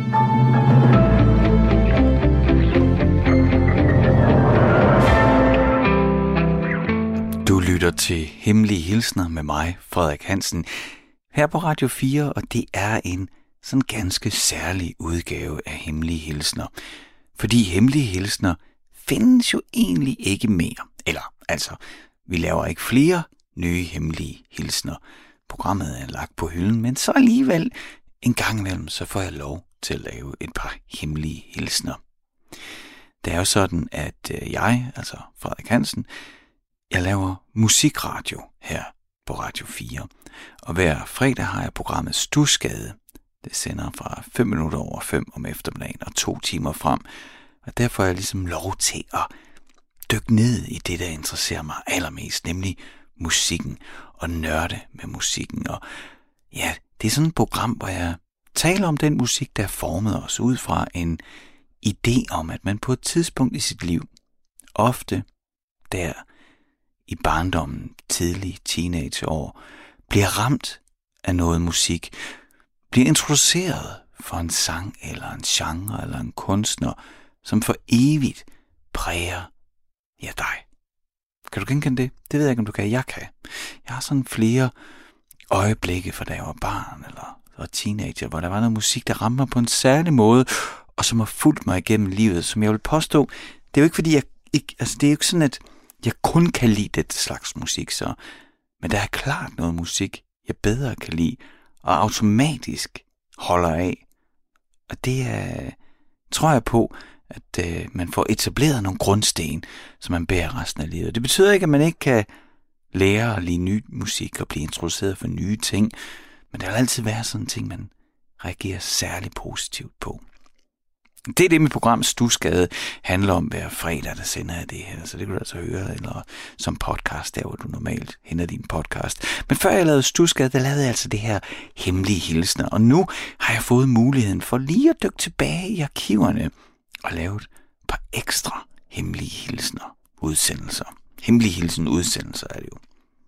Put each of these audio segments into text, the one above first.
Du lytter til Hemmelige Hilsner med mig, Frederik Hansen, her på Radio 4, og det er en sådan ganske særlig udgave af Hemmelige Hilsner. Fordi Hemmelige Hilsner findes jo egentlig ikke mere. Eller altså, vi laver ikke flere nye Hemmelige Hilsner. Programmet er lagt på hylden, men så alligevel en gang imellem, så får jeg lov til at lave et par Hemmelige Hilsner. Det er jo sådan, at jeg, altså Frederik Hansen, jeg laver musikradio her på Radio 4, og hver fredag har jeg programmet Stusgade. Det sender fra 5:05 om eftermiddagen og 2 timer frem, og derfor er jeg ligesom lov til at dykke ned i det, der interesserer mig allermest, nemlig musikken og nørde med musikken. Og ja, det er sådan et program, hvor jeg taler om den musik, der formet os ud fra en idé om, at man på et tidspunkt i sit liv, ofte der i barndommen, tidlige teenageår, bliver ramt af noget musik, bliver introduceret for en sang eller en genre eller en kunstner, som for evigt præger dig. Kan du genkende det? Det ved jeg ikke, om du kan. Jeg kan. Jeg har sådan flere øjeblikke, fra da jeg var barn eller var teenager, hvor der var noget musik, der ramte mig på en særlig måde, og som har fulgt mig igennem livet, som jeg vil påstå. Det er jo ikke, fordi jeg ikke, altså det er jo ikke sådan, at jeg kun kan lide det slags musik, så. Men der er klart noget musik, jeg bedre kan lide, og automatisk holder af. Og det tror jeg på, at man får etableret nogle grundsten, som man bærer resten af livet. Det betyder ikke, at man ikke kan lære at lide ny musik og blive introduceret for nye ting, men der vil altid være sådan ting, man reagerer særlig positivt på. Det er det, mit program Stusgade handler om hver fredag, der sender jeg det her, så det kan du altså høre, eller som podcast, der hvor du normalt henter din podcast. Men før jeg lavede Stusgade, der lavede jeg altså det her Hemmelige Hilsner, og nu har jeg fået muligheden for lige at dykke tilbage i arkiverne og lave et par ekstra Hemmelige Hilsner udsendelser. Hemmelige Hilsen udsendelser er det jo.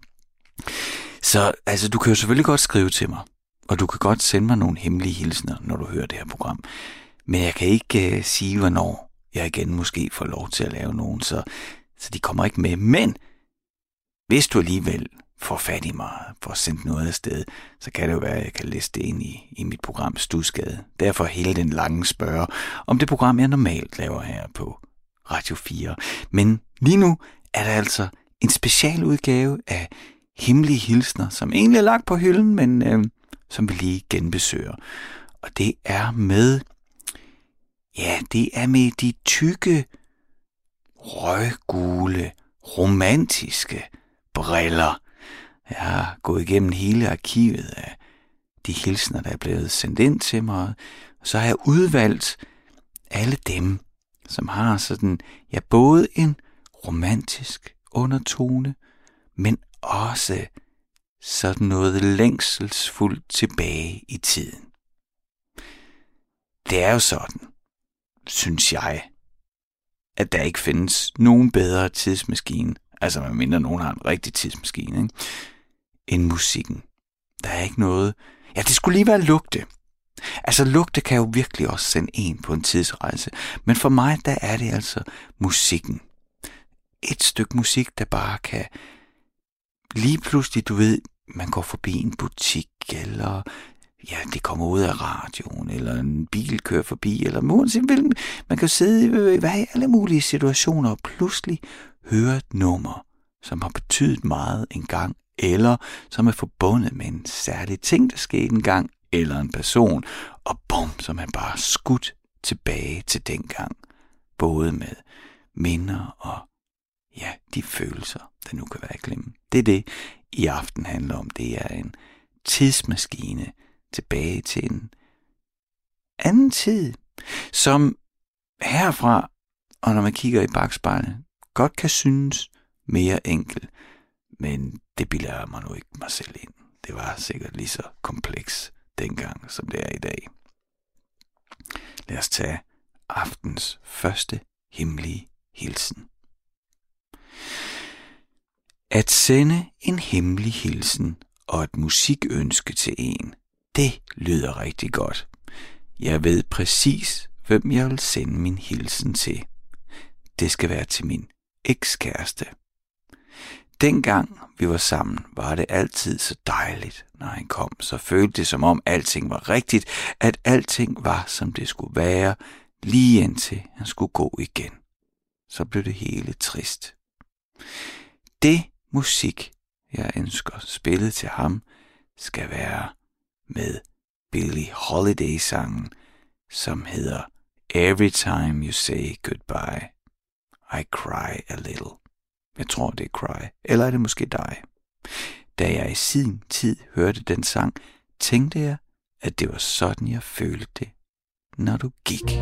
Så altså, du kan jo selvfølgelig godt skrive til mig, og du kan godt sende mig nogle hemmelige hilsner, når du hører det her program. Men jeg kan ikke sige, hvornår jeg igen måske får lov til at lave nogen, så de kommer ikke med. Men hvis du alligevel får fat i mig for at sende noget afsted, så kan det jo være, at jeg kan læse det ind i mit program Stusgade. Derfor hele den lange spørge om det program, jeg normalt laver her på Radio 4. Men lige nu er der altså en specialudgave af Hemmelige Hilsner, som egentlig er lagt på hylden, men som vi lige genbesøger. Og det er med de tykke, røggule, romantiske briller. Jeg har gået igennem hele arkivet af de hilsner, der er blevet sendt ind til mig, og så har jeg udvalgt alle dem, som har sådan, både en romantisk undertone, men også sådan noget længselsfuldt tilbage i tiden. Det er jo sådan, synes jeg, at der ikke findes nogen bedre tidsmaskine, altså medmindre nogen har en rigtig tidsmaskine, ikke? End musikken. Der er ikke noget. Ja, det skulle lige være lugte. Altså lugte kan jo virkelig også sende en på en tidsrejse, men for mig, der er det altså musikken. Et stykke musik, der bare kan lige pludselig, du ved, man går forbi en butik, eller det kommer ud af radioen, eller en bil kører forbi, eller man kan sidde i alle mulige situationer og pludselig høre et nummer, som har betydet meget engang, eller som er forbundet med en særlig ting, der skete engang, eller en person, og bum, så man bare skudt tilbage til dengang, både med minder og de følelser, der nu kan være glemme. Det er det, i aften handler om. Det er en tidsmaskine tilbage til en anden tid, som herfra, og når man kigger i bakspejlet, godt kan synes mere enkel, men det bilder jeg mig nu ikke mig selv ind. Det var sikkert lige så kompleks dengang, som det er i dag. Lad os tage aftens første hemmelige hilsen. At sende en hemmelig hilsen og et musikønske til en, det lyder rigtig godt. Jeg ved præcis, hvem jeg vil sende min hilsen til. Det skal være til min ekskæreste. Dengang vi var sammen, var det altid så dejligt. Når han kom, så følte det som om alting var rigtigt, at alting var som det skulle være, lige indtil han skulle gå igen. Så blev det hele trist. Det musik, jeg ønsker spillet til ham, skal være med Billie Holiday-sangen, som hedder Every Time You Say Goodbye, I Cry a Little. Jeg tror, det er Cry. Eller er det måske dig? Da jeg i sin tid hørte den sang, tænkte jeg, at det var sådan, jeg følte det, når du gik.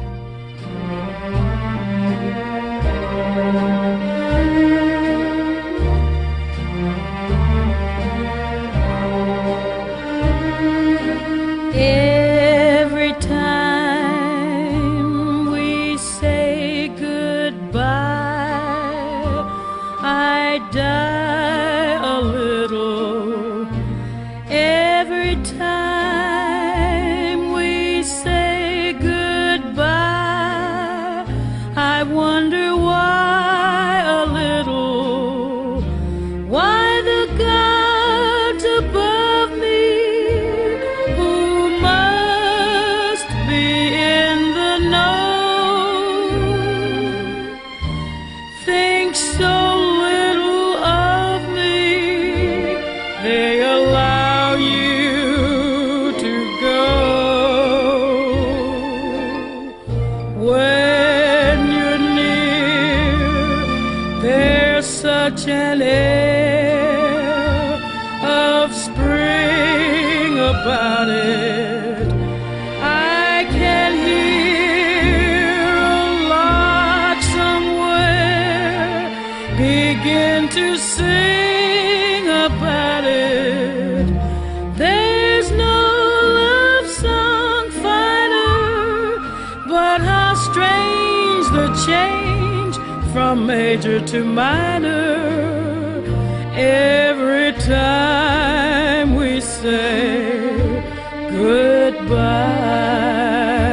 Every time we say goodbye, I die a little. Every time we say goodbye, I wonder why a little. Why the gods above me, who must be in the know, think so little of me, they allow you to go. When you're near, there's such an air of spring about it. I can hear a lark somewhere begin to sing about it. There's no love song finer, but how strange the change from major to minor. Every time we say goodbye.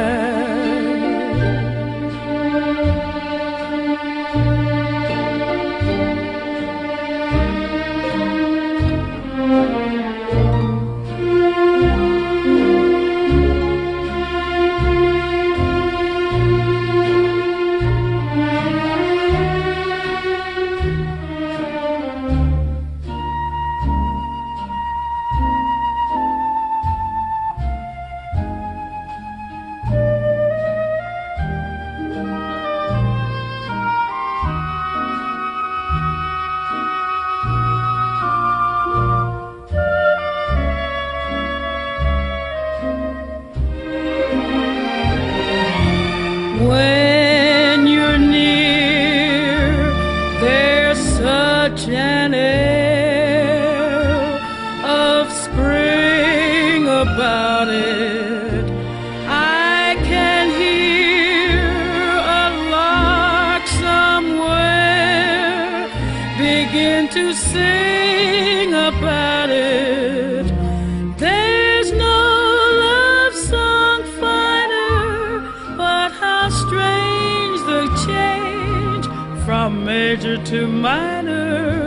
When you're near, there's such an air of spring about it. I can hear a lark somewhere begin to sing about it. There's no love song finer, but how strange the change from major to minor.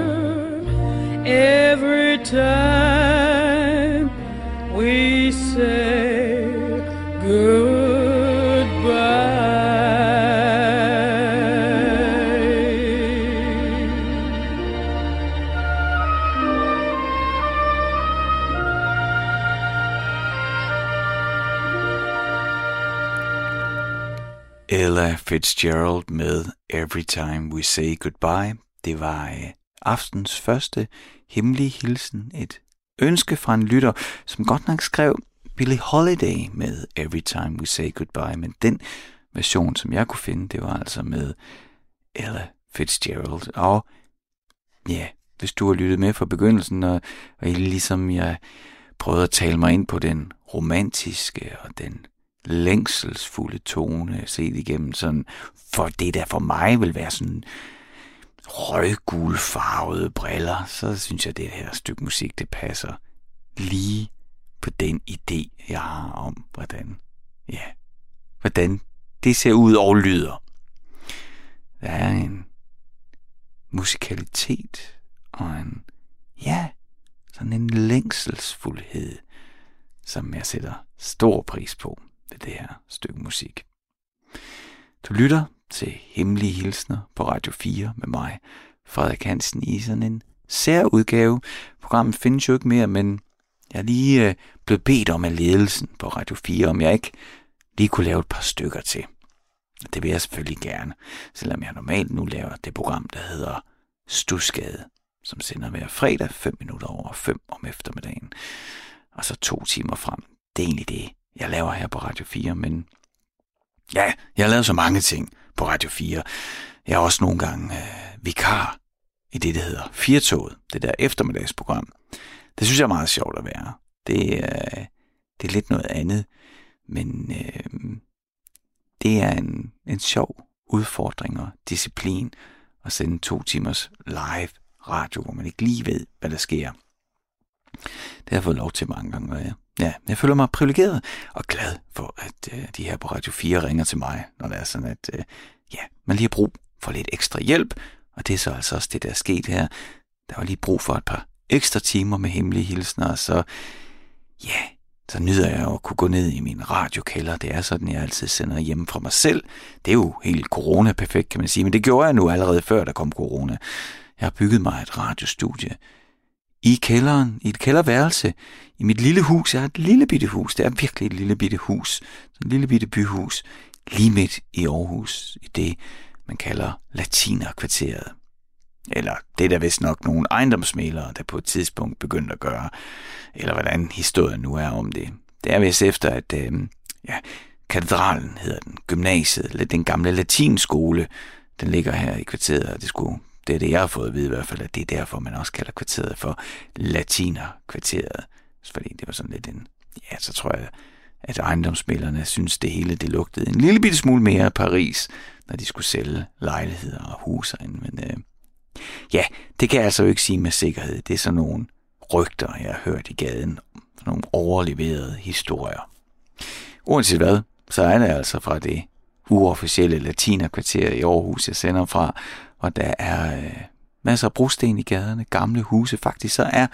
Every time we say Ella Fitzgerald med Every Time We Say Goodbye. Det var aftens første hemmelige hilsen. Et ønske fra en lytter, som godt nok skrev Billie Holiday med Every Time We Say Goodbye. Men den version, som jeg kunne finde, det var altså med Ella Fitzgerald. Og ja, hvis du har lyttet med fra begyndelsen, og ligesom jeg prøvede at tale mig ind på den romantiske og den længselsfulde tone set igennem sådan, for det der for mig vil være sådan røggulfarvede briller, så synes jeg, det her stykke musik, det passer lige på den idé, jeg har om, hvordan hvordan det ser ud og lyder. Der er en musikalitet og sådan en længselsfuldhed, som jeg sætter stor pris på ved det her stykke musik. Du lytter til Hemmelige Hilsner på Radio 4 med mig, Frederik Hansen, i sådan en særudgave. Programmet findes jo ikke mere, men jeg er lige blevet bedt om af ledelsen på Radio 4, om jeg ikke lige kunne lave et par stykker til. Det vil jeg selvfølgelig gerne, selvom jeg normalt nu laver det program, der hedder Studsgade, som sender hver fredag 5 minutter over 5 om eftermiddagen, og så 2 timer frem. Det er egentlig det, jeg laver her på Radio 4, men ja, jeg har lavet så mange ting på Radio 4. Jeg er også nogle gange vikar i det, der hedder Firtoget, det der eftermiddagsprogram. Det synes jeg er meget sjovt at være. Det er lidt noget andet, men det er en sjov udfordring og disciplin at sende 2 timers live radio, hvor man ikke lige ved, hvad der sker. Det har jeg fået lov til mange gange, og jeg føler mig privilegeret og glad for, at de her på Radio 4 ringer til mig, når det er sådan, at man lige har brug for lidt ekstra hjælp, og det er så altså også det, der er sket her. Der var lige brug for et par ekstra timer med hemmelige hilsner, så nyder jeg at kunne gå ned i min radiokælder. Det er sådan, jeg altid sender hjemme fra mig selv. Det er jo helt corona-perfekt, kan man sige, men det gjorde jeg nu allerede før, der kom corona. Jeg har bygget mig et radiostudie i kælderen, i et kælderværelse, i mit lille hus. Jeg har et lille bitte hus. Det er virkelig et lille bitte hus. Sådan et lille bitte byhus, lige midt i Aarhus, i det, man kalder Latinerkvarteret. Eller det er der vist nok nogle ejendomsmælere, der på et tidspunkt begyndte at gøre, eller hvordan historien nu er om det. Det er vist efter, at katedralen hedder den, gymnasiet, den gamle latinskole, den ligger her i kvarteret, og det er det, jeg har fået at vide i hvert fald, at det er derfor, man også kalder kvarteret for Latinerkvarteret. Fordi det var sådan lidt så tror jeg, at ejendomsmælerne synes, det hele det lugtede en lille bitte smule mere af Paris, når de skulle sælge lejligheder og huse ind. Men det kan jeg altså jo ikke sige med sikkerhed. Det er sådan nogle rygter, jeg har hørt i gaden. Sådan nogle overleverede historier. Uanset hvad, så er det altså fra det uofficielle latinerkvarter i Aarhus, jeg sender fra. Og der er masser af brosten i gaderne, gamle huse. Faktisk så er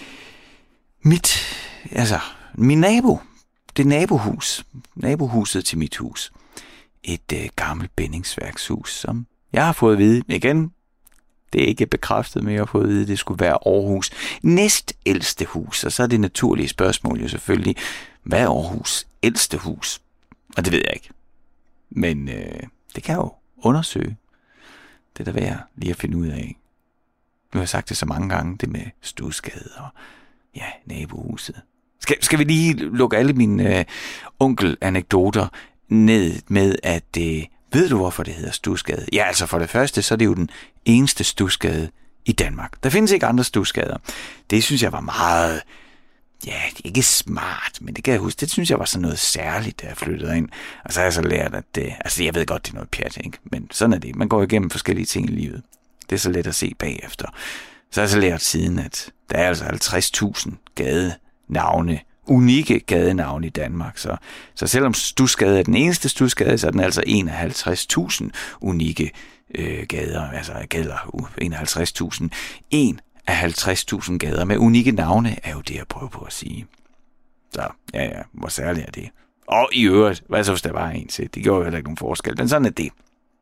min nabo, det nabohuset til mit hus, et gammelt bindingsværkshus, som jeg har fået at vide igen. Det er ikke bekræftet, men jeg har fået at vide, at det skulle være Aarhus næstældste hus. Og så er det naturlige spørgsmål jo selvfølgelig, hvad er Aarhus ældste hus? Og det ved jeg ikke. Men det kan jeg jo undersøge. Det er da værd lige at finde ud af. Nu har jeg sagt det så mange gange, det med Studsgade og nabohuset. Skal vi lige lukke alle mine onkel-anekdoter ned med, at ved du, hvorfor det hedder Studsgade? Ja, altså for det første, så er det jo den eneste Studsgade i Danmark. Der findes ikke andre Studsgader. Det synes jeg var meget, ikke smart, men det kan jeg huske. Det synes jeg var sådan noget særligt, da jeg flyttede ind. Og så har jeg så lært, at jeg ved godt, det er noget pjat, ikke? Men sådan er det. Man går igennem forskellige ting i livet. Det er så let at se bagefter. Så har jeg så lært siden, at der er altså 50.000 gadenavne, unikke gadenavne i Danmark. Så selvom Studsgade er den eneste Studsgade, så er den altså 51.000 unikke gader. Altså gader 51.000. En af 50.000 gader med unikke navne er jo det, jeg prøver på at sige. Så hvor særligt er det? Og i øvrigt, hvad så hvis der var en til? Det gjorde jo heller ikke nogen forskel, men sådan er det.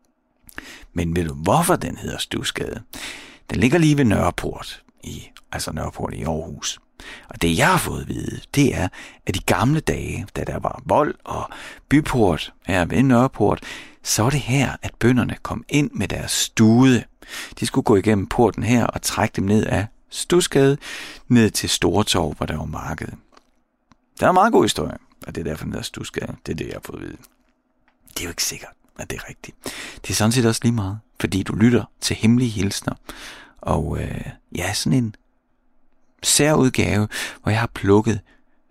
Men ved du, hvorfor den hedder Studsgade? Den ligger lige ved Nørreport i Aarhus. Og det, jeg har fået at vide, det er, at i gamle dage, da der var vold og byport her ved Nørreport, så var det her, at bønderne kom ind med deres stude. De skulle gå igennem porten her og trække dem ned af Studsgade, ned til Stortorv, hvor der var marked. Det er en meget god historie, og det er derfor, den hedder Studsgade. Det er det, jeg har fået at vide. Det er jo ikke sikkert, at det er rigtigt. Det er sådan set også lige meget, fordi du lytter til Hemmelige Hilsner. Og sådan en særudgave, hvor jeg har plukket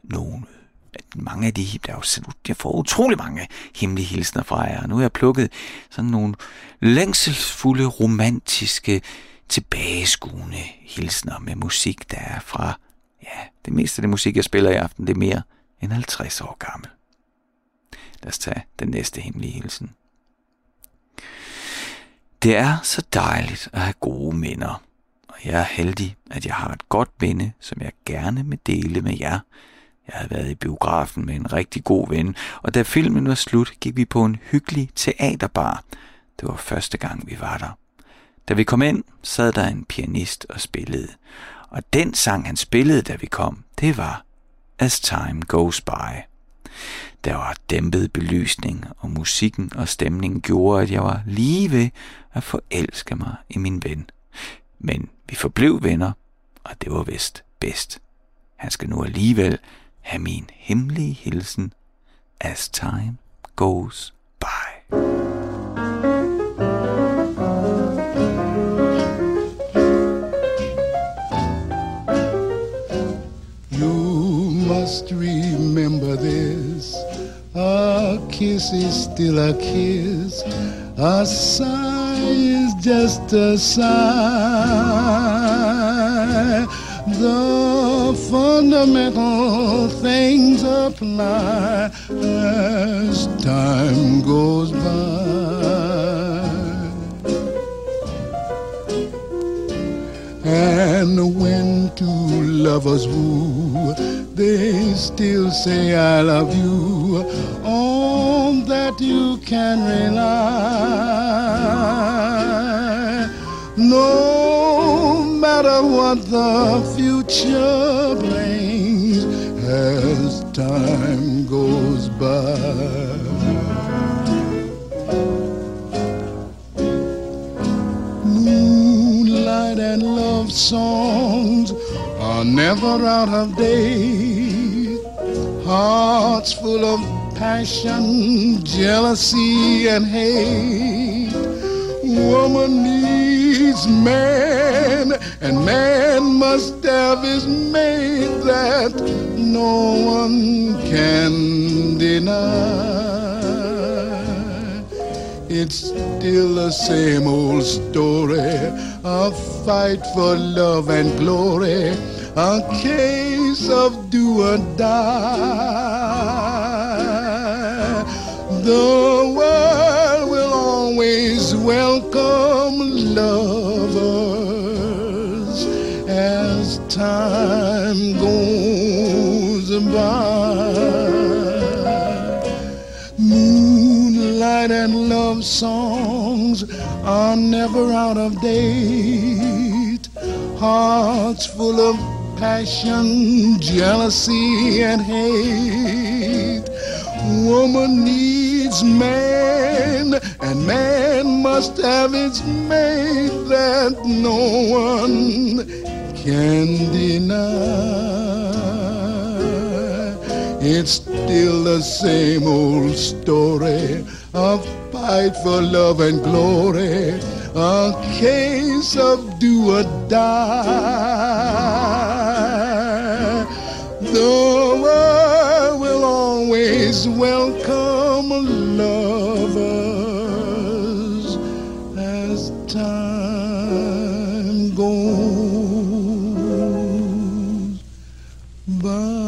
mange af jeg får utrolig mange hemmelige hilsner fra jer. Nu har jeg plukket sådan nogle længselsfulde, romantiske, tilbageskuende hilsner med musik, der er fra, det meste af det musik, jeg spiller i aften, det er mere end 50 år gammel. Lad os tage den næste hemmelige hilsen. Det er så dejligt at have gode minder, og jeg er heldig, at jeg har et godt minde, som jeg gerne vil dele med jer. Jeg havde været i biografen med en rigtig god ven, og da filmen var slut, gik vi på en hyggelig teaterbar. Det var første gang, vi var der. Da vi kom ind, sad der en pianist og spillede, og den sang, han spillede, da vi kom, det var As Time Goes By. Der var dæmpet belysning, og musikken og stemningen gjorde, at jeg var lige ved at forelske mig i min ven. Men vi forblev venner, og det var vist bedst. Han skal nu alligevel have min hemmelige hilsen, As Time Goes By. You must remember this. A kiss is still a kiss. A sigh is just a sigh. The fundamental things apply as time goes by. And when two lovers woo, they still say I love you. On that you can rely. No matter what the future brings as time goes by. Moonlight and love songs are never out of date. Hearts full of passion, jealousy and hate. Woman needs man, and man must have his mate that no one can deny. It's still the same old story, a fight for love and glory, a case of do or die. The world will always welcome lovers as time goes by. Moonlight and love songs are never out of date. Hearts full of passion, jealousy and hate. Woman needs man, and man must have its mate that no one can deny. It's still the same old story, a fight for love and glory, a case of do or die. The world will always welcome lovers as time goes by.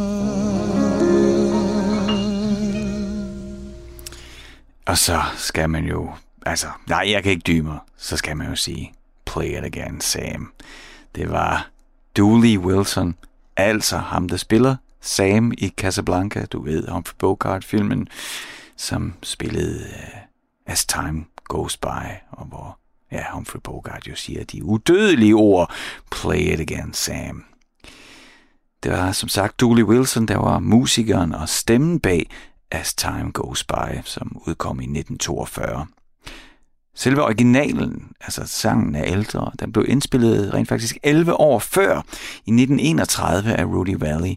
Og så skal man jo, jeg kan ikke dybe mig, så skal man jo sige, play it again, Sam. Det var Dooley Wilson, altså ham, der spiller Sam i Casablanca, du ved, Humphrey Bogart-filmen, som spillede As Time Goes By, og hvor Humphrey Bogart jo siger de udødelige ord, play it again, Sam. Det var som sagt Dooley Wilson, der var musikeren og stemmen bag As Time Goes By, som udkom i 1942. Selve originalen, altså sangen er ældre, den blev indspillet rent faktisk 11 år før, i 1931 af Rudy Valley,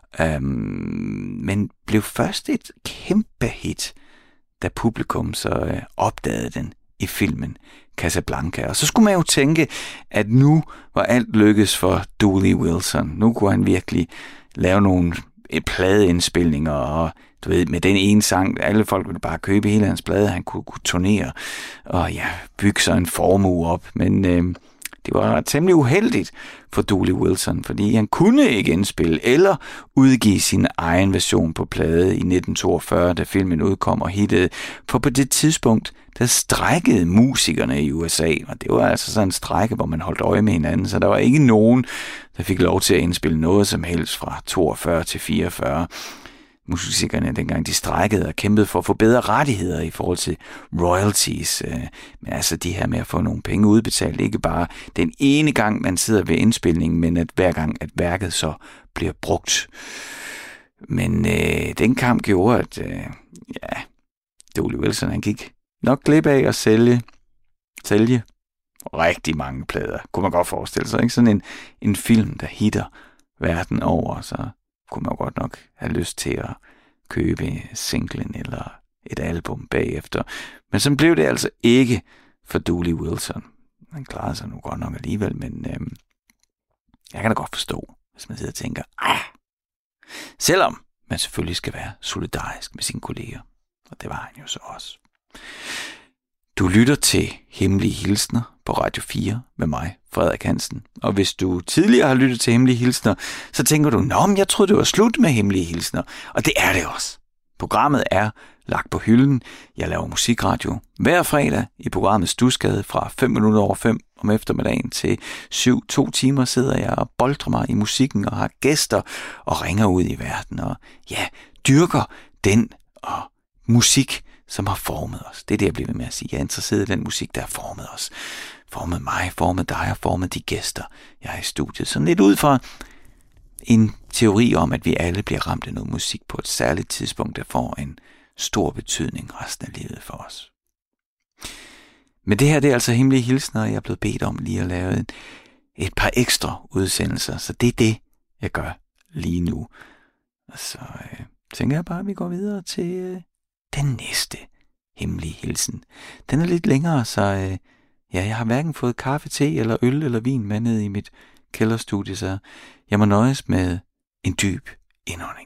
men blev først et kæmpe hit, da publikum så opdagede den i filmen Casablanca. Og så skulle man jo tænke, at nu var alt lykkes for Dooley Wilson. Nu kunne han virkelig lave nogle pladeindspilninger, og du ved, med den ene sang, alle folk ville bare købe hele hans plade, han kunne turnere og bygge sig en formue op. Men Det var temmelig uheldigt for Dooley Wilson, fordi han kunne ikke indspille eller udgive sin egen version på plade i 1942, da filmen udkom og hittede. For på det tidspunkt, der strejkede musikerne i USA, og det var altså sådan en strejke, hvor man holdt øje med hinanden, så der var ikke nogen, der fik lov til at indspille noget som helst fra 42 til 44. Musikerne dengang, de strejkede og kæmpede for at få bedre rettigheder i forhold til royalties. Men altså det her med at få nogle penge udbetalt, ikke bare den ene gang, man sidder ved indspilningen, men at hver gang, at værket så bliver brugt. Men den kamp gjorde, at Dooley Wilson, han gik nok glip af at sælge rigtig mange plader. Kunne man godt forestille sig, ikke? Sådan en film, der hitter verden over, så kunne man godt nok have lyst til at købe singlen eller et album bagefter. Men så blev det altså ikke for Dooley Wilson. Han klarede sig nu godt nok alligevel, men jeg kan da godt forstå, hvis man sidder og tænker, selvom man selvfølgelig skal være solidarisk med sine kolleger. Og det var han jo så også. Du lytter til Hemmelige Hilsner på Radio 4 med mig, Frederik Hansen. Og hvis du tidligere har lyttet til Hemmelige Hilsner, så tænker du, men jeg troede, det var slut med Hemmelige Hilsner. Og det er det også. Programmet er lagt på hylden. Jeg laver musikradio hver fredag i programmet Stusgade fra 5:05 om eftermiddagen til 7. 2 timer sidder jeg og boltrer mig i musikken og har gæster og ringer ud i verden. Og dyrker den og musik, som har formet os. Det er det, jeg bliver ved med at sige. Jeg er interesseret i den musik, der har formet os. Formet mig, formet dig og formet de gæster, jeg er i studiet. Sådan lidt ud fra en teori om, at vi alle bliver ramt af noget musik på et særligt tidspunkt, der får en stor betydning resten af livet for os. Men det her, det er altså Hemmelige Hilsner, og jeg er blevet bedt om lige at lave et par ekstra udsendelser. Så det er det, jeg gør lige nu. Og så tænker jeg bare, at vi går videre til den næste hemmelige hilsen. Den er lidt længere, så jeg har hverken fået kaffe, te eller øl eller vin med ned i mit kælderstudie, så jeg må nøjes med en dyb indånding.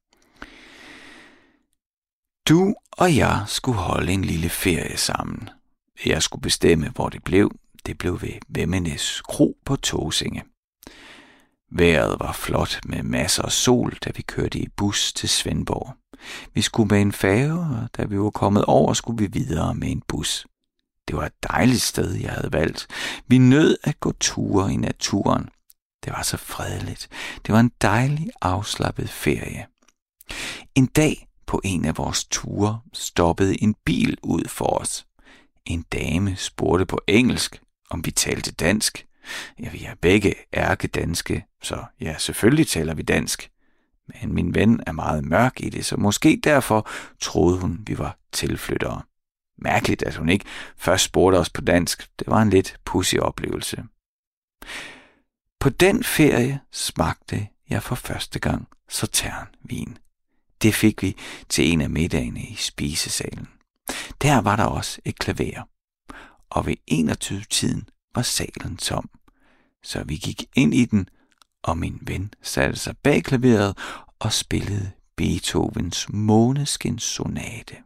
Du og jeg skulle holde en lille ferie sammen. Jeg skulle bestemme, hvor det blev. Det blev ved Vemmenes Kro på Tåsinge. Vejret var flot med masser af sol, da vi kørte i bus til Svendborg. Vi skulle med en færge, og da vi var kommet over, skulle vi videre med en bus. Det var et dejligt sted, jeg havde valgt. Vi nød at gå ture i naturen. Det var så fredeligt. Det var en dejlig, afslappet ferie. En dag på en af vores ture stoppede en bil ud for os. En dame spurgte på engelsk, om vi talte dansk. Ja, vi er begge ærkedanske, så ja, selvfølgelig taler vi dansk. Men min ven er meget mørk i det, så måske derfor troede hun, vi var tilflyttere. Mærkeligt, at hun ikke først spurgte os på dansk. Det var en lidt pudsig oplevelse. På den ferie smagte jeg for første gang sauternvin. Det fik vi til en af middagene i spisesalen. Der var der også et klaver, og ved 21-tiden var salen tom. Så vi gik ind i den, og min ven satte sig bag klaveret og spillede Beethovens Måneskinssonate.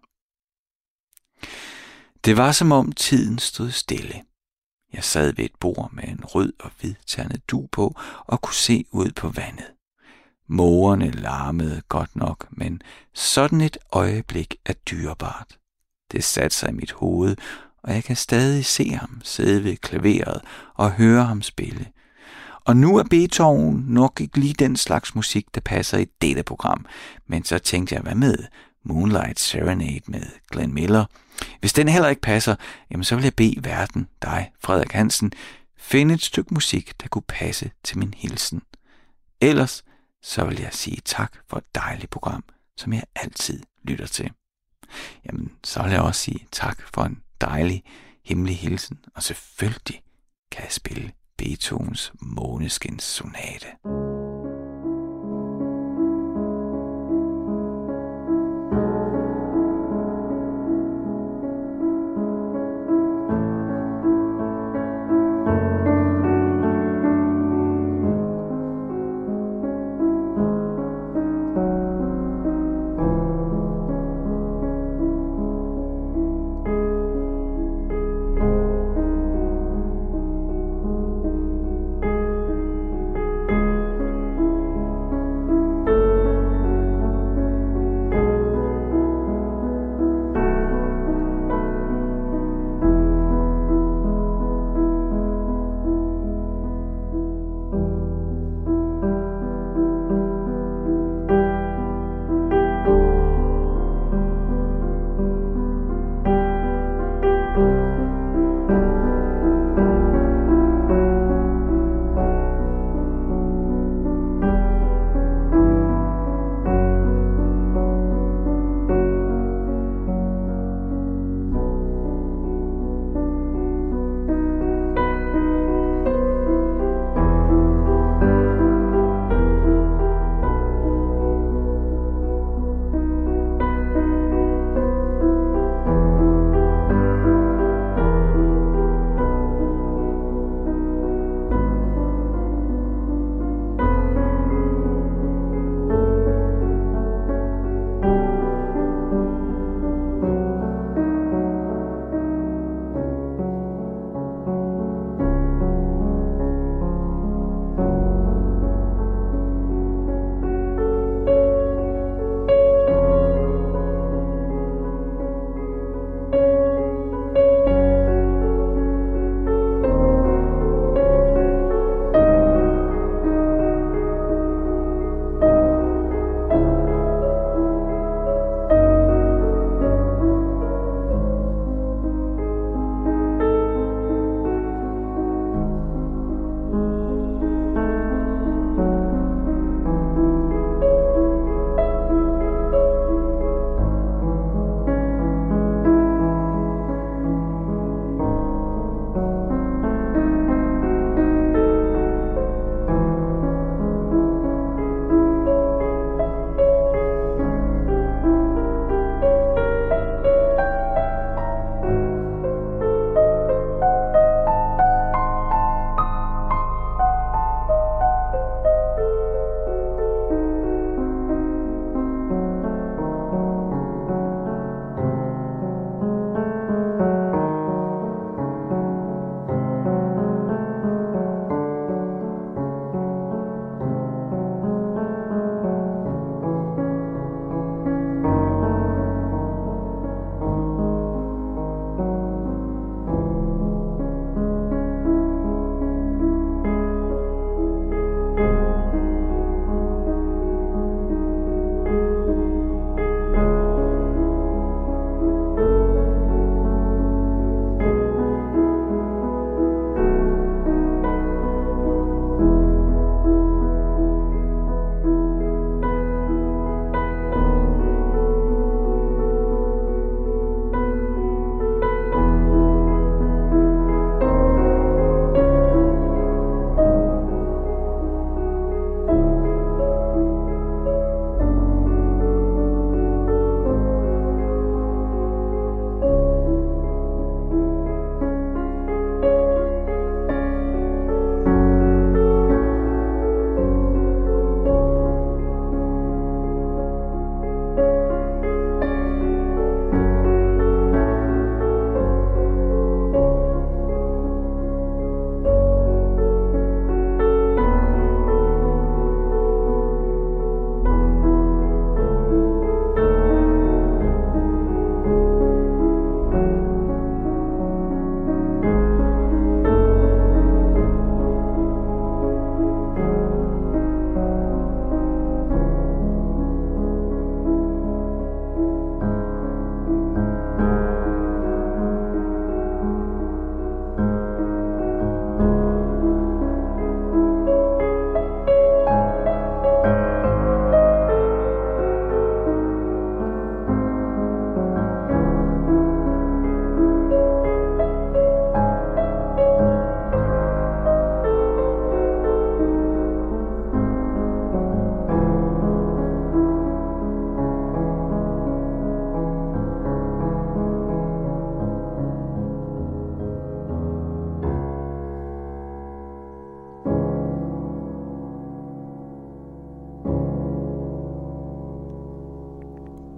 Det var som om tiden stod stille. Jeg sad ved et bord med en rød og hvidternet dug på og kunne se ud på vandet. Mågerne larmede godt nok, men sådan et øjeblik er dyrebart. Det satte sig i mit hoved, og jeg kan stadig se ham sidde ved klaveret og høre ham spille. Og nu er Beethoven nok ikke lige den slags musik, der passer i dette program. Men så tænkte jeg, hvad med Moonlight Serenade med Glenn Miller? Hvis den heller ikke passer, jamen så vil jeg bede verden, dig, Frederik Hansen, finde et stykke musik, der kunne passe til min hilsen. Ellers så vil jeg sige tak for et dejligt program, som jeg altid lytter til. Jamen, så vil jeg også sige tak for en dejlig hemmelig hilsen, og selvfølgelig kan jeg spille Beethovens Måneskinssonate.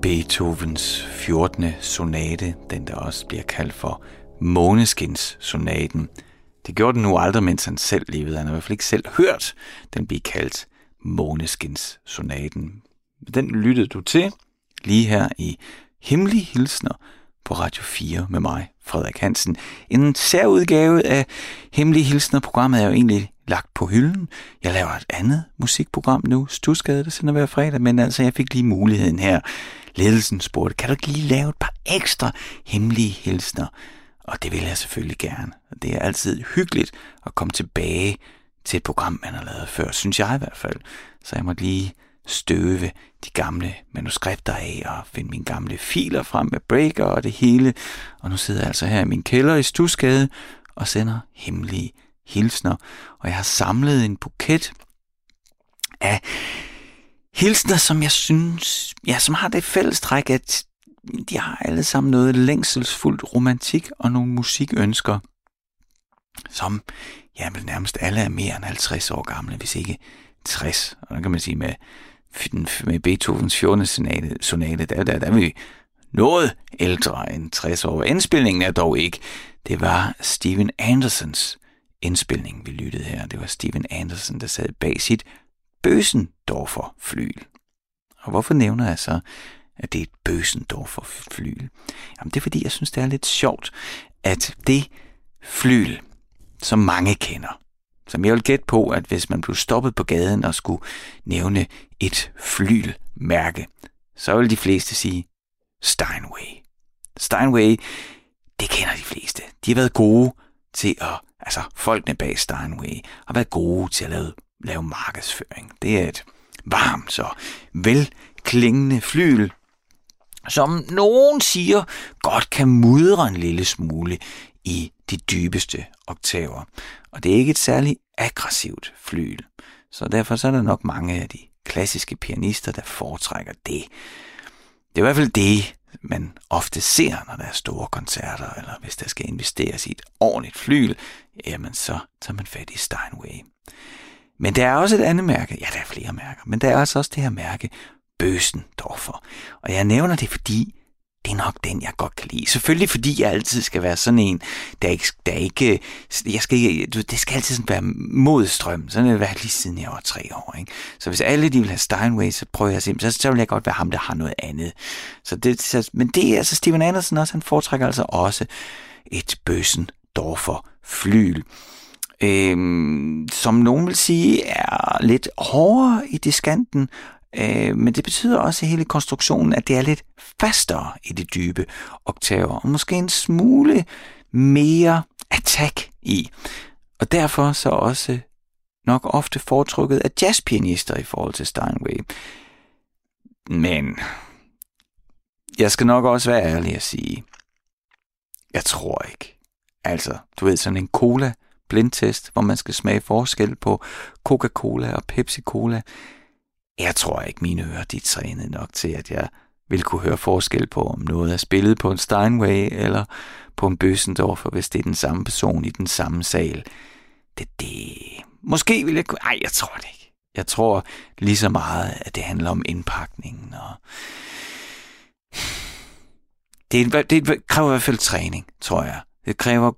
Beethovens 14. sonate, den der også bliver kaldt for Måneskinssonaten. Det gjorde den nu aldrig, mens han selv levede. Han har i hvert fald ikke selv hørt den blive kaldt Måneskinssonaten. Den lyttede du til lige her i Hemmelige Hilsner på Radio 4 med mig, Frederik Hansen. En særudgave af Hemmelige Hilsner. Programmet er jo egentlig lagt på hylden. Jeg laver et andet musikprogram nu, Studsgade, der sender hver fredag, men altså jeg fik lige muligheden her. Ledelsen spurgte, kan du ikke lige lave et par ekstra hemmelige hilsner? Og det vil jeg selvfølgelig gerne. Det er altid hyggeligt at komme tilbage til et program, man har lavet før, synes jeg i hvert fald. Så jeg måtte lige støve de gamle manuskripter af og finde mine gamle filer frem med breaker og det hele. Og nu sidder jeg altså her i min kælder i Studsgade og sender hemmelige hilsner. Og jeg har samlet en buket af hilsner, som jeg synes, som har det fællestræk, at de har alle sammen noget længselsfuldt romantik og nogle musikønsker, som vel nærmest alle er mere end 50 år gamle, hvis ikke 60. Og der kan man sige, med Beethovens 14. sonate, der er vi noget ældre end 60 år. Indspilningen er dog ikke. Det var Steven Andersons indspilning, vi lyttede her. Det var Steven Anderson, der sad bag sit Bösendorfer flyl. Og hvorfor nævner jeg så, at det er et Bösendorfer flyl? Jamen det er fordi, jeg synes, det er lidt sjovt, at det flyl, som mange kender, som jeg vil gætte på, at hvis man blev stoppet på gaden og skulle nævne et flylmærke, så vil de fleste sige Steinway. Steinway, det kender de fleste. De har været gode til at, folkene bag Steinway har været gode til at lave markedsføring. Det er et varmt og velklingende flyl, som nogen siger godt kan mudre en lille smule i de dybeste oktaver. Og det er ikke et særligt aggressivt flyl. Så derfor så er der nok mange af de klassiske pianister, der foretrækker det. Det er i hvert fald det, man ofte ser, når der er store koncerter, eller hvis der skal investeres i et ordentligt flyl, jamen så tager man fat i Steinway. Men der er også et andet mærke. Ja, der er flere mærker. Men der er også det her mærke, Bösendorfer. Og jeg nævner det, fordi det er nok den, jeg godt kan lide. Selvfølgelig fordi jeg altid skal være sådan en, det skal altid sådan være modstrøm. Sådan har det været lige siden jeg var 3 år. Ikke? Så hvis alle de vil have Steinway, så prøver jeg at se, så vil jeg godt være ham, der har noget andet. Men det er altså Steven Anderson også, han foretrækker altså også et Bösendorfer flyl. Som nogen vil sige, er lidt hårdere i diskanten, men det betyder også i hele konstruktionen, at det er lidt fastere i de dybe oktaver, og måske en smule mere attack i. Og derfor så også nok ofte foretrukket af jazzpianister i forhold til Steinway. Men jeg skal nok også være ærlig at sige, jeg tror ikke. Altså, du ved, sådan en cola blindtest, hvor man skal smage forskel på Coca-Cola og Pepsi-Cola. Jeg tror ikke, mine ører de er trænet nok til, at jeg vil kunne høre forskel på, om noget er spillet på en Steinway eller på en Bösendorfer, hvis det er den samme person i den samme sal. Det. Måske vil jeg kunne. Ej, jeg tror det ikke. Jeg tror lige så meget, at det handler om indpakningen. Og det kræver i hvert fald træning, tror jeg. Det kræver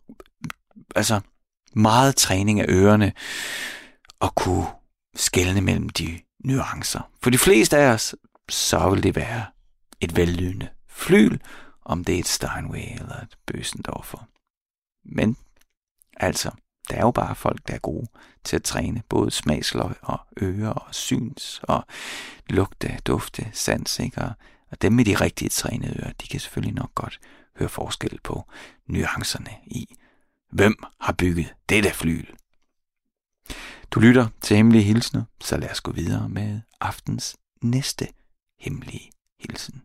meget træning af ørerne at kunne skelne mellem de nuancer. For de fleste af os, så vil det være et vellydende flyl, om det er et Steinway eller et Bösendorfer. Men altså, der er jo bare folk, der er gode til at træne både smagsløg og ører og syns og lugte, dufte, sans, ikke? Og dem med de rigtige trænede ører, de kan selvfølgelig nok godt høre forskel på nuancerne i, hvem har bygget dette flyl. Du lytter til Hemmelige Hilsner, så lad os gå videre med aftens næste hemmelige hilsen.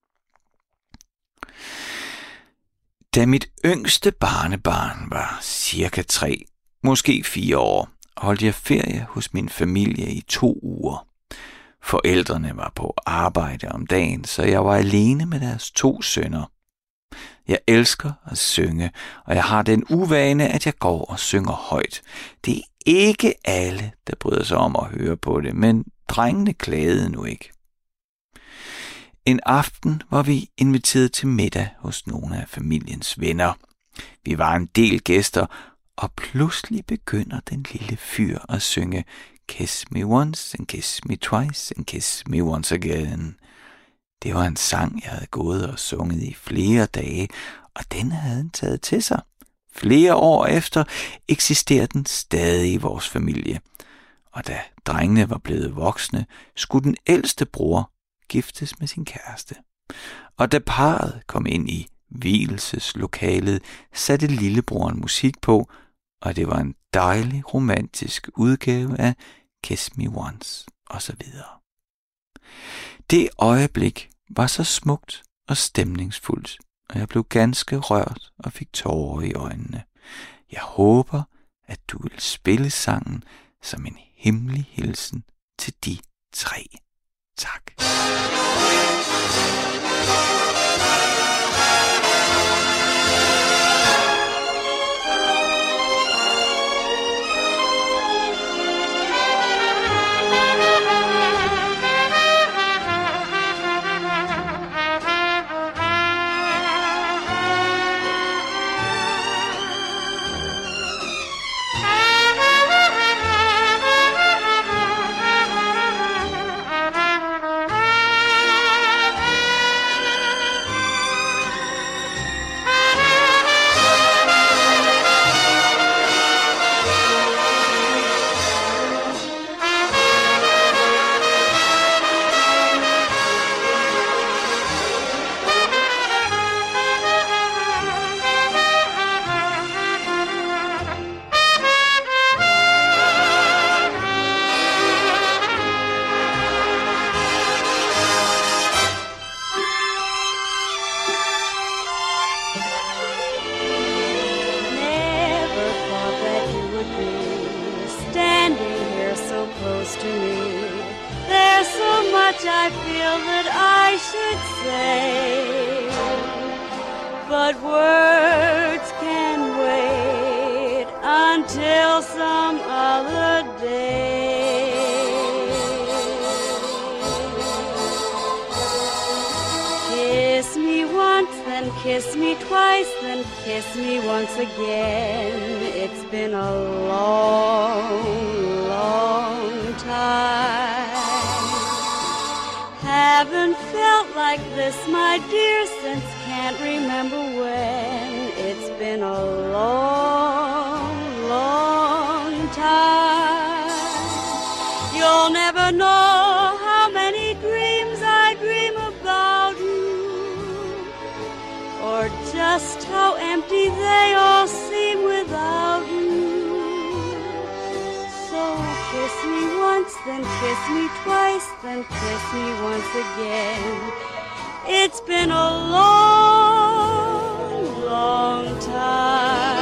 Da mit yngste barnebarn var cirka 3, måske 4 år, holdt jeg ferie hos min familie i 2 uger. Forældrene var på arbejde om dagen, så jeg var alene med deres 2 sønner. Jeg elsker at synge, og jeg har den uvane, at jeg går og synger højt. Det er ikke alle, der bryder sig om at høre på det, men drengene klagede nu ikke. En aften var vi inviteret til middag hos nogle af familiens venner. Vi var en del gæster, og pludselig begynder den lille fyr at synge Kiss me once and kiss me twice and kiss me once again. Det var en sang, jeg havde gået og sunget i flere dage, og den havde han taget til sig. Flere år efter eksisterer den stadig i vores familie. Og da drengene var blevet voksne, skulle den ældste bror giftes med sin kæreste. Og da parret kom ind i vielseslokalet, satte lillebroren musik på, og det var en dejlig romantisk udgave af Kiss Me Once og så videre. Det øjeblik var så smukt og stemningsfuldt, og jeg blev ganske rørt og fik tårer i øjnene. Jeg håber, at du vil spille sangen som en hemmelig hilsen til de tre. Tak. I feel that I should say, but words can wait until some other day. Kiss me once, then kiss me twice, then kiss me once again. It's been a long, long time. Haven't felt like this, my dear, since can't remember when. It's been a long, long time. You'll never know how many dreams I dream about you, or just how empty they all seem without you. So kiss me once, then kiss me twice, then kiss me once again. It's been a long, long time.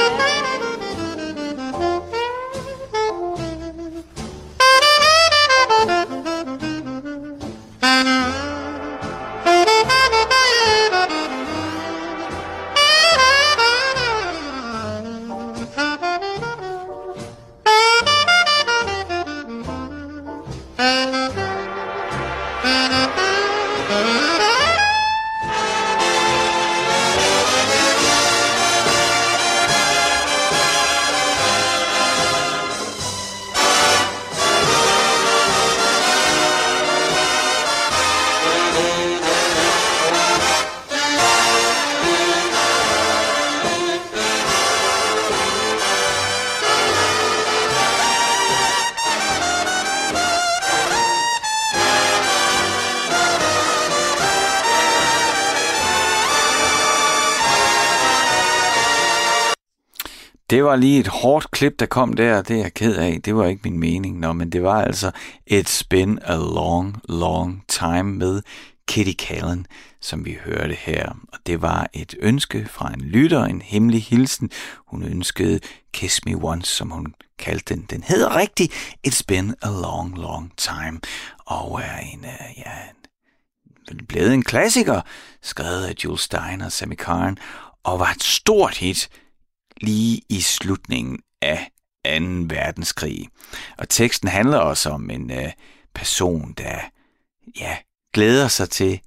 Det var lige et hårdt klip, der kom der, det er jeg ked af. Det var ikke min mening, men det var altså It's Been a Long, Long Time med Kitty Kallen, som vi hørte her. Og det var et ønske fra en lytter, en hemmelig hilsen. Hun ønskede Kiss Me Once, som hun kaldte den. Den hedder rigtigt It's Been a Long, Long Time. Og er blevet en klassiker, skrevet af Jules Stein og Sammy Cahn, og var et stort hit lige i slutningen af 2. verdenskrig. Og teksten handler også om en person, der glæder sig til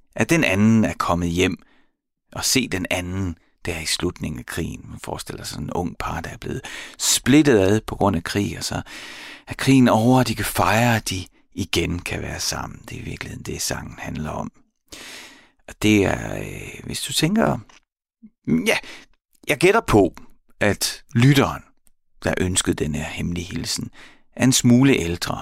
at den anden er kommet hjem, og se den anden der i slutningen af krigen. Man forestiller sig sådan en ung par, der er blevet splittet ad på grund af krig, og så er krigen over, og de kan fejre, at de igen kan være sammen. Det er i virkeligheden det, sangen handler om. Og det er, hvis du tænker, ja, jeg gætter på, at lytteren, der ønskede den her hemmelige hilsen, er en smule ældre.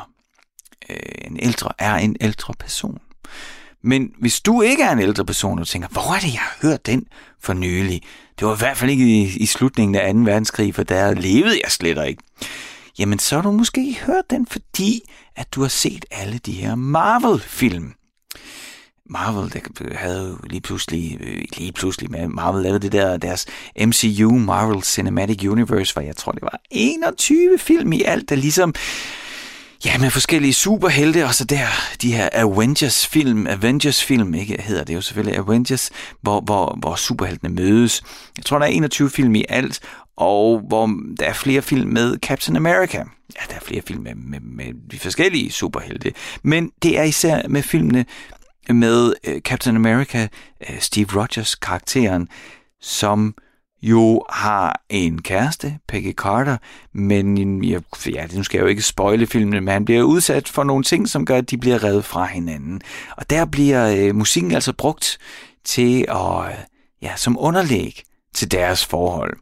En ældre person. Men hvis du ikke er en ældre person, og tænker, hvor er det, jeg har hørt den for nylig? Det var i hvert fald ikke i slutningen af 2. verdenskrig, for der levede jeg slet ikke. Jamen, så har du måske hørt den, fordi at du har set alle de her Marvel-film. Marvel, der havde jo lige pludselig med Marvel lavede det der, deres MCU, Marvel Cinematic Universe, hvor jeg tror, det var 21 film i alt, der ligesom, ja, med forskellige superhelte, og så der, de her Avengers-film, ikke hedder det jo selvfølgelig Avengers, hvor superheltene mødes. Jeg tror, der er 21 film i alt, og hvor der er flere film med Captain America. Ja, der er flere film med de forskellige superhelte, men det er især med filmene med Captain America, Steve Rogers karakteren, som jo har en kæreste, Peggy Carter, men nu skal jeg jo ikke spoile filmene, men han bliver udsat for nogle ting, som gør, at de bliver revet fra hinanden. Og der bliver musikken altså brugt til at, som underlæg til deres forhold.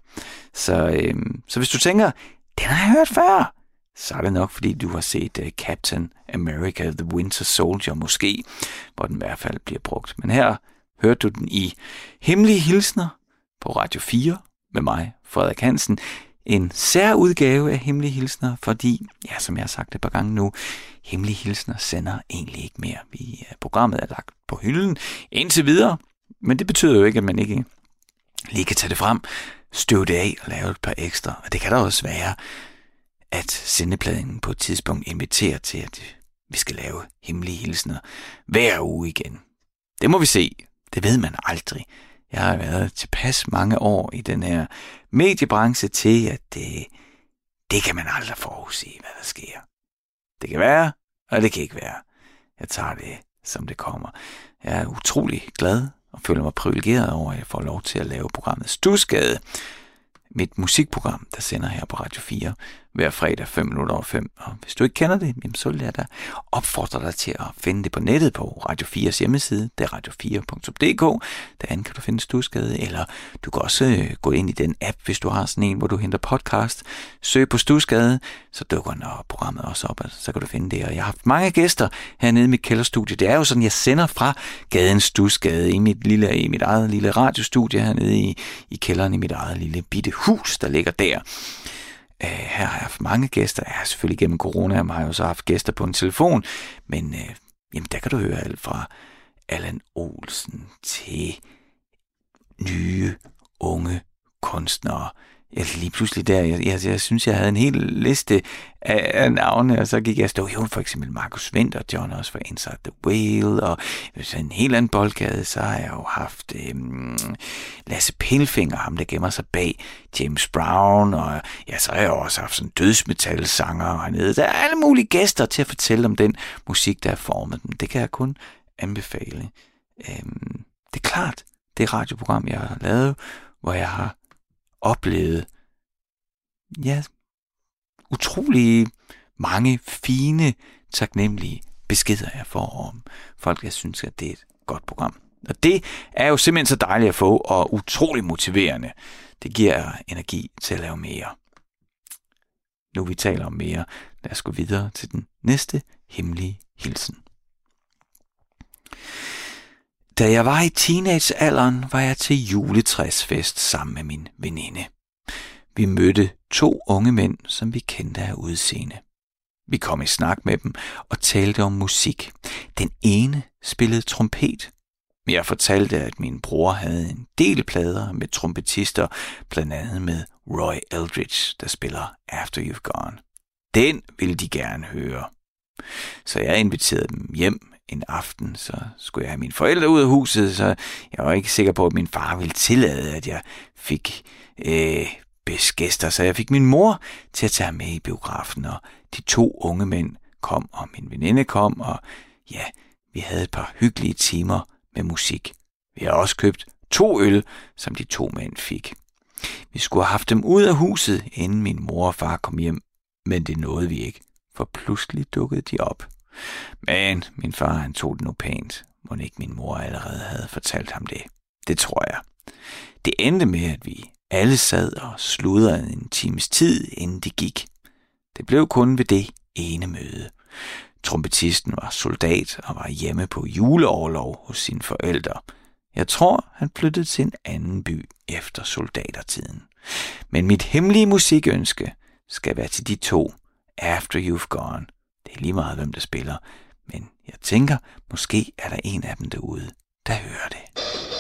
Så hvis du tænker, den har jeg hørt før, så er det nok, fordi du har set Captain America, The Winter Soldier måske, hvor den i hvert fald bliver brugt. Men her hørte du den i Hemmelige Hilsner på Radio 4 med mig, Frederik Hansen. En særudgave af Hemmelige Hilsner, fordi, ja, som jeg har sagt et par gange nu, Hemmelige Hilsner sender egentlig ikke mere. Programmet er lagt på hylden indtil videre, men det betyder jo ikke, at man ikke lige kan tage det frem, støve det af og lave et par ekstra. Og det kan da også være, at sendepladen på et tidspunkt inviterer til, at vi skal lave Hemmelige Hilsner hver uge igen. Det må vi se. Det ved man aldrig. Jeg har været tilpas mange år i den her mediebranche til, at det kan man aldrig forudsige, hvad der sker. Det kan være, og det kan ikke være. Jeg tager det, som det kommer. Jeg er utrolig glad og føler mig privilegeret over, at jeg får lov til at lave programmet Studsgade. Mit musikprogram, der sender her på Radio 4 hver fredag 5:05. Og hvis du ikke kender det, så vil jeg da opfordre dig til at finde det på nettet på Radio 4's hjemmeside. Det er radio4.dk. Derinde kan du finde Studsgade, eller du kan også gå ind i den app, hvis du har sådan en, hvor du henter podcast. Søg på Studsgade, så dukker programmet også op, og så kan du finde det. Og jeg har haft mange gæster hernede i mit kælderstudie. Det er jo sådan, jeg sender fra gaden Studsgade i mit eget lille radiostudie hernede i kælderen i mit eget lille bitte hus, der ligger der. Her har jeg haft mange gæster. Jeg har selvfølgelig gennem corona, og har jo så haft gæster på en telefon, men der kan du høre alt fra Allan Olsen til nye, unge kunstnere. Lige pludselig der, jeg synes, jeg havde en hel liste af navne, og så gik jeg afsted. Jo, for eksempel Markus Wendt og John også fra Inside the Whale, og så en helt anden boldgade, så har jeg jo haft Lasse Pilfinger, ham der gemmer sig bag James Brown, og ja, så har jeg også haft sådan dødsmetalsanger hernede. Der er alle mulige gæster til at fortælle om den musik, der er formet dem. Det kan jeg kun anbefale. Det er klart, det radioprogram, jeg har lavet, hvor jeg har oplevet, ja, utrolig mange fine, taknemmelige beskeder, jeg får om folk, jeg synes, at det er et godt program. Og det er jo simpelthen så dejligt at få, og utrolig motiverende. Det giver energi til at lave mere. Nu vi taler om mere, lad os gå videre til den næste hemmelige hilsen. Da jeg var i teenagealderen, var jeg til juletræsfest sammen med min veninde. Vi mødte 2 unge mænd, som vi kendte af udseende. Vi kom i snak med dem og talte om musik. Den ene spillede trompet. Jeg fortalte, at min bror havde en del plader med trompetister, blandt andet med Roy Eldridge, der spiller After You've Gone. Den ville de gerne høre. Så jeg inviterede dem hjem en aften, så skulle jeg have mine forældre ud af huset, så jeg var ikke sikker på, at min far ville tillade, at jeg fik gæster. Så jeg fik min mor til at tage med i biografen, og de 2 unge mænd kom, og min veninde kom, og ja, vi havde et par hyggelige timer med musik. Vi har også købt 2 øl, som de 2 mænd fik. Vi skulle have haft dem ud af huset, inden min mor og far kom hjem, men det nåede vi ikke, for pludselig dukkede de op. Men min far, han tog det nu pænt. Mon ikke min mor allerede havde fortalt ham det. Det tror jeg. Det endte med, at vi alle sad og sludrede en times tid, inden de gik. Det blev kun ved det ene møde. Trompetisten var soldat og var hjemme på juleorlov hos sine forældre. Jeg tror, han flyttede til en anden by efter soldatertiden. Men mit hemmelige musikønske skal være til de 2, After You've Gone. Det er lige meget, hvem der spiller, men jeg tænker, måske er der en af dem derude, der hører det.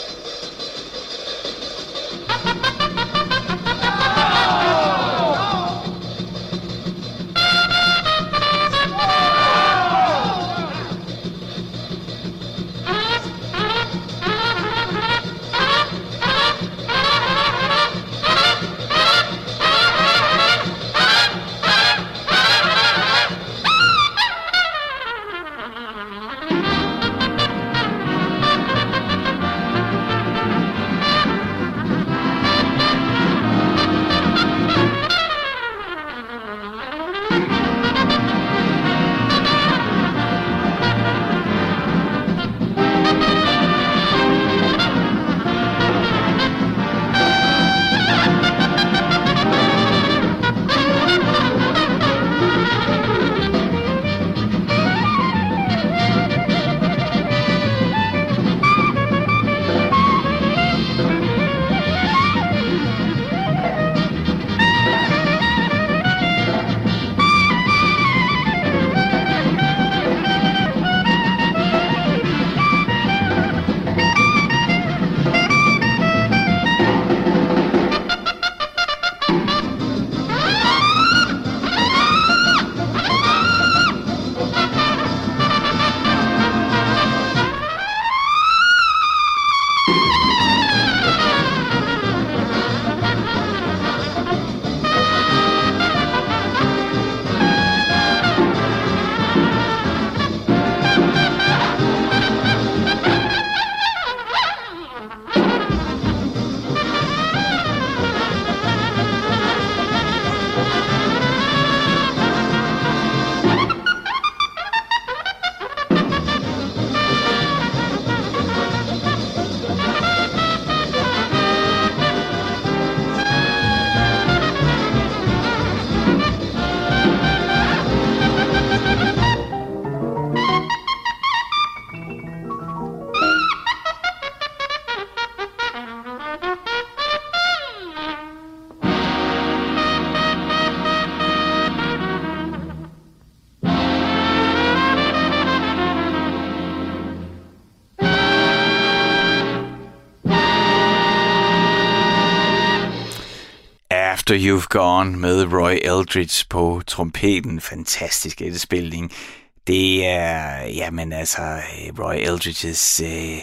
After You've Gone med Roy Eldridge på trompeten. Fantastisk indspilning. Det er, jamen altså, Roy Eldridges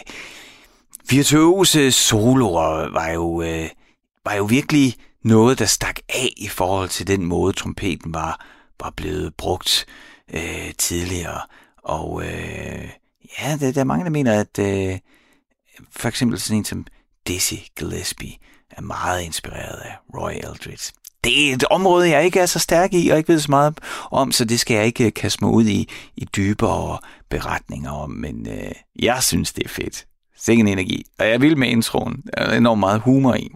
virtuose soloer var jo virkelig noget, der stak af i forhold til den måde, trompeten var blevet brugt tidligere. Og ja, der er mange, der mener, at for eksempel sådan en som Dizzy Gillespie er meget inspireret af Roy Eldridge. Det er et område, jeg ikke er så stærk i, og ikke ved så meget om, så det skal jeg ikke kaste mig ud i dybere beretninger om, men jeg synes, det er fedt. Sikken energi, og jeg vil med introen. Der er enormt meget humor i.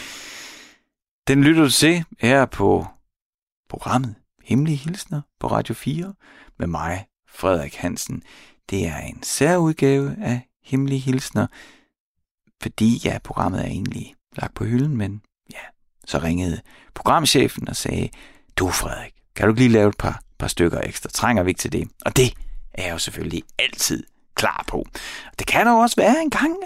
Den lytter du til her på programmet Hemmelige Hilsner på Radio 4 med mig, Frederik Hansen. Det er en særudgave af Hemmelige Hilsner, fordi programmet er egentlig lagt på hylden, men ja, så ringede programchefen og sagde, du Frederik, kan du ikke lige lave et par stykker ekstra? Trænger vi ikke til det? Og det er jeg jo selvfølgelig altid klar på. Det kan jo også være en gang,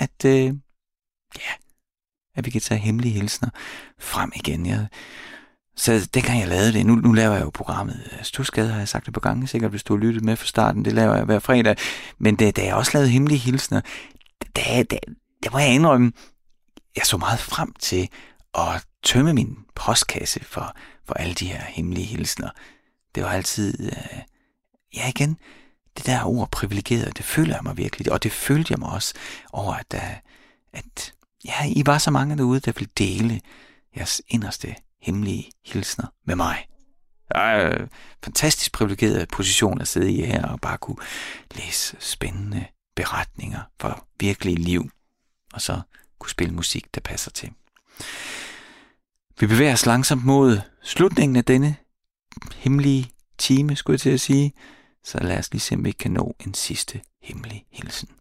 at vi kan tage Hemmelige Hilsner frem igen. Så dengang jeg lavede det, nu laver jeg jo programmet Stusgade, har jeg sagt det på gange, sikkert hvis du har lyttet med fra starten, det laver jeg hver fredag, men da jeg også lavede Hemmelige Hilsner, der må jeg indrømme, jeg så meget frem til at tømme min postkasse for alle de her hemmelige hilsner. Det var altid, igen, det der ord privilegeret, det føler jeg mig virkelig, og det følte jeg mig også over, at I var så mange derude, der ville dele jeres inderste hemmelige hilsner med mig. Jeg er fantastisk privilegeret position at sidde i her og bare kunne læse spændende beretninger fra virkelige liv, og så kunne spille musik, der passer til. Vi bevæger os langsomt mod slutningen af denne hemmelige time, skulle jeg til at sige, så lad os lige se, om vi kan nå en sidste hemmelig hilsen.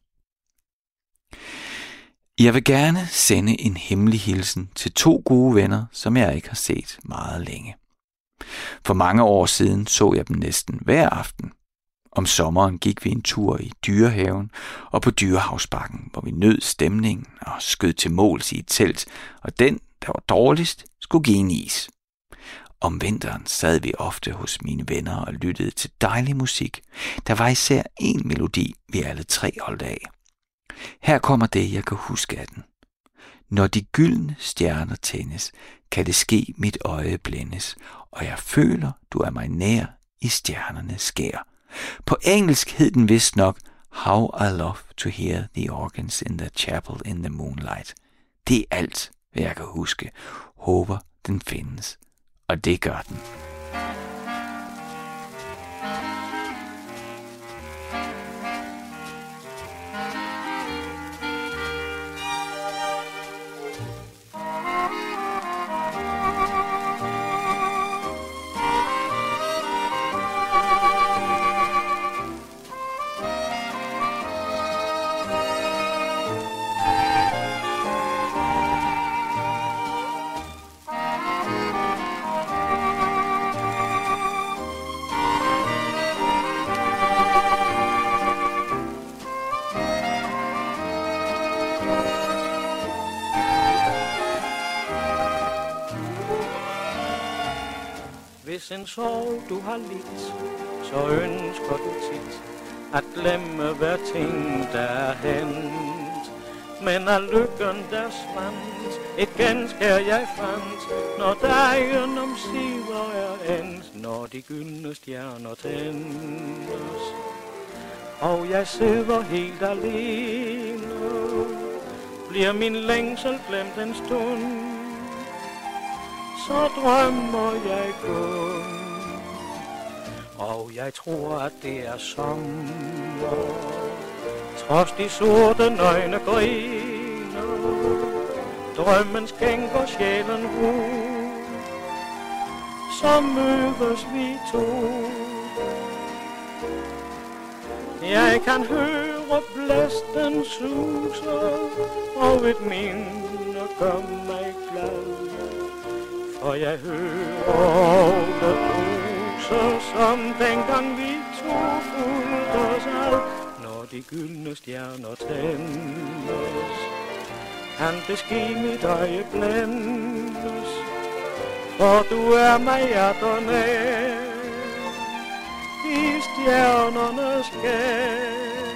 Jeg vil gerne sende en hemmelig hilsen til 2 gode venner, som jeg ikke har set meget længe. For mange år siden så jeg dem næsten hver aften. Om sommeren gik vi en tur i Dyrehaven og på Dyrehavsbakken, hvor vi nød stemningen og skød til måls i et telt, og den, der var dårligst, skulle give en is. Om vinteren sad vi ofte hos mine venner og lyttede til dejlig musik. Der var især en melodi, vi alle 3 holdt af. Her kommer det, jeg kan huske af den. Når de gyldne stjerner tændes, kan det ske, mit øje blændes, og jeg føler, du er mig nær i stjernernes skær. På engelsk hed den vist nok How I Love to Hear the Organs in the Chapel in the Moonlight. Det er alt, hvad jeg kan huske. Håber, den findes. Og det gør den. Hvis en sorg du har lidt, så ønsker du tit at glemme hver ting, der er hent. Men af lykken der svandt, igen skal jeg fandt, når dagen omsider er endt, når de gyldne stjerner tændes. Og jeg sidder helt alene, bliver min længsel glemt en stund. Så drømmer jeg kun, og jeg tror, at det er sommer. Trods de sorte nøgne griner, drømmen skænker sjælen ro. Så mødes vi 2. Jeg kan høre blæsten suse, og et minde gør mig glad. Og jeg hører det bruse, som dengang vi 2 fulgte os ad, når de gyldne stjerner tændes. Kan det ske, mit øje blændes, for du er mig hjerter nær, i stjernernes skær.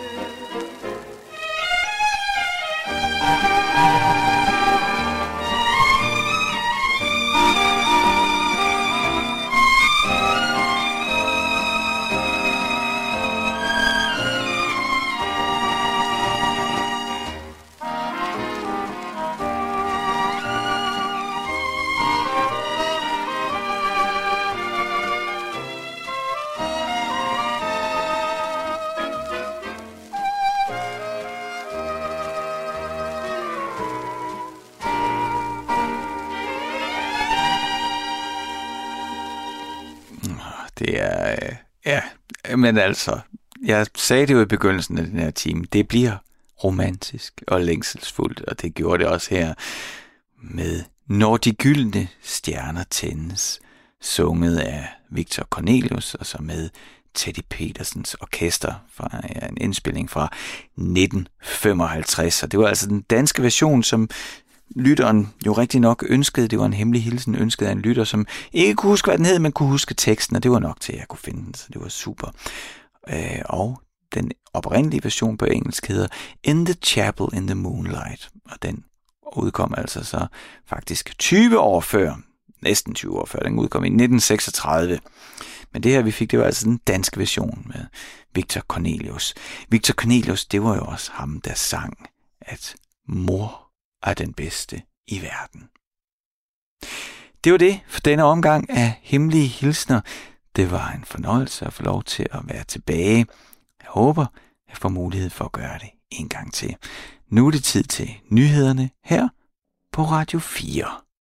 Det er, men altså, jeg sagde det jo i begyndelsen af den her time, det bliver romantisk og længselsfuldt, og det gjorde det også her med Når de gyldne stjerner tændes, sunget af Victor Cornelius, og så med Teddy Petersens orkester fra en indspilling fra 1955, og det var altså den danske version, som lytteren jo rigtig nok ønskede. Det var en hemmelig hilsen ønsket af en lytter, som ikke kunne huske, hvad den hed, men kunne huske teksten, og det var nok til, at jeg kunne finde den, så det var super. Og den oprindelige version på engelsk hedder In the Chapel in the Moonlight, og den udkom altså så faktisk 20 år før, næsten 20 år før, den udkom i 1936. Men det her, vi fik, det var altså den danske version med Victor Cornelius. Victor Cornelius, det var jo også ham, der sang, at mor er den bedste i verden. Det var det for denne omgang af Hemmelige Hilsner. Det var en fornøjelse at få lov til at være tilbage. Jeg håber, jeg får mulighed for at gøre det en gang til. Nu er det tid til nyhederne her på Radio 4.